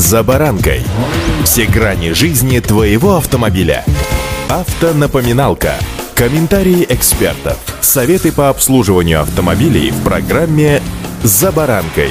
«За баранкой». Все грани жизни твоего автомобиля. Автонапоминалка. Комментарии экспертов. Советы по обслуживанию автомобилей в программе «За баранкой».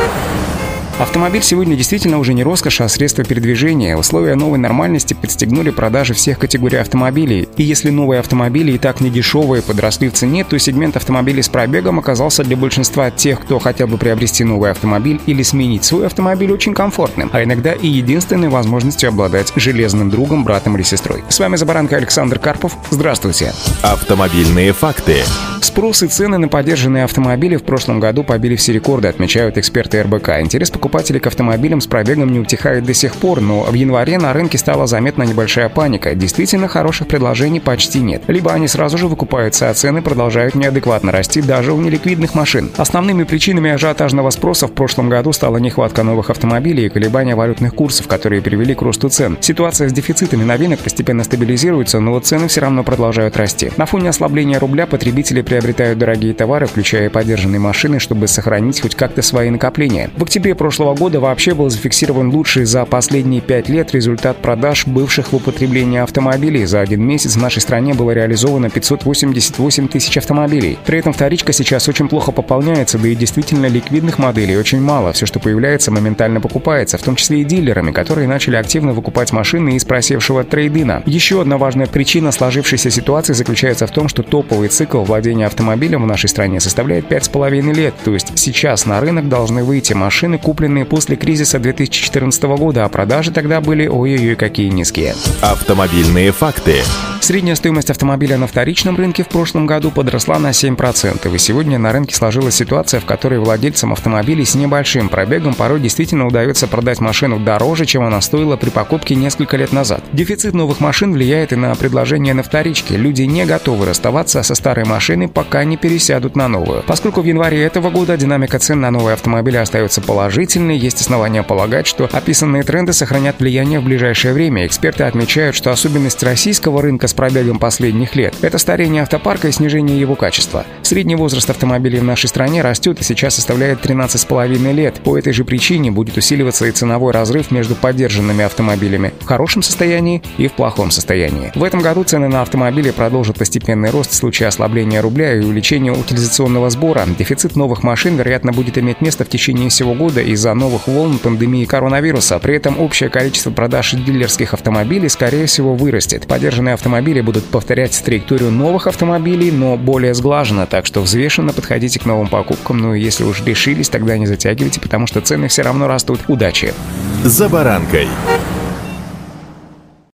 Автомобиль сегодня действительно уже не роскошь, а средство передвижения. Условия новой нормальности подстегнули продажи всех категорий автомобилей. И если новые автомобили и так не дешевые подросли в цене, то сегмент автомобилей с пробегом оказался для большинства тех, кто хотел бы приобрести новый автомобиль или сменить свой автомобиль, очень комфортным, а иногда и единственной возможностью обладать железным другом, братом или сестрой. С вами «За баранкой» Александр Карпов. Здравствуйте. Автомобильные факты. Спрос и цены на подержанные автомобили в прошлом году побили все рекорды, отмечают эксперты РБК. Интерес покупателей к автомобилям с пробегом не утихает до сих пор, но в январе на рынке стала заметна небольшая паника. Действительно, хороших предложений почти нет. Либо они сразу же выкупаются, а цены продолжают неадекватно расти даже у неликвидных машин. Основными причинами ажиотажного спроса в прошлом году стала нехватка новых автомобилей и колебания валютных курсов, которые привели к росту цен. Ситуация с дефицитами новинок постепенно стабилизируется, но цены все равно продолжают расти. На фоне ослабления рубля потребители приобретают дорогие товары, включая и подержанные машины, чтобы сохранить хоть как-то свои накопления. В октябре прошлого года вообще был зафиксирован лучший за последние 5 лет результат продаж бывших в употреблении автомобилей. За один месяц в нашей стране было реализовано 588 тысяч автомобилей. При этом вторичка сейчас очень плохо пополняется, да и действительно ликвидных моделей очень мало. Все, что появляется, моментально покупается, в том числе и дилерами, которые начали активно выкупать машины из просевшего трейд-ина. Еще одна важная причина сложившейся ситуации заключается в том, что топовый цикл владения автомобилем в нашей стране составляет 5,5 лет. То есть сейчас на рынок должны выйти машины, купленные после кризиса 2014 года, а продажи тогда были ой-ой-ой какие низкие. Автомобильные факты. Средняя стоимость автомобиля на вторичном рынке в прошлом году подросла на 7%. И сегодня на рынке сложилась ситуация, в которой владельцам автомобилей с небольшим пробегом порой действительно удается продать машину дороже, чем она стоила при покупке несколько лет назад. Дефицит новых машин влияет и на предложение на вторичке. Люди не готовы расставаться со старой машиной, пока не пересядут на новую. Поскольку в январе этого года динамика цен на новые автомобили остается положительной, есть основания полагать, что описанные тренды сохранят влияние в ближайшее время. Эксперты отмечают, что особенность российского рынка с пробегом последних лет – это старение автопарка и снижение его качества. Средний возраст автомобилей в нашей стране растет и сейчас составляет 13,5 лет. По этой же причине будет усиливаться и ценовой разрыв между подержанными автомобилями в хорошем состоянии и в плохом состоянии. В этом году цены на автомобили продолжат постепенный рост в случае ослабления рубля и увеличения утилизационного сбора. Дефицит новых машин, вероятно, будет иметь место в течение всего года из-за новых волн пандемии коронавируса. При этом общее количество продаж дилерских автомобилей, скорее всего, вырастет. Подержанные автомобили будут повторять траекторию новых автомобилей, но более сглаженно, так что взвешенно подходите к новым покупкам. Ну и если уж решились, тогда не затягивайте, потому что цены все равно растут. Удачи! «За баранкой».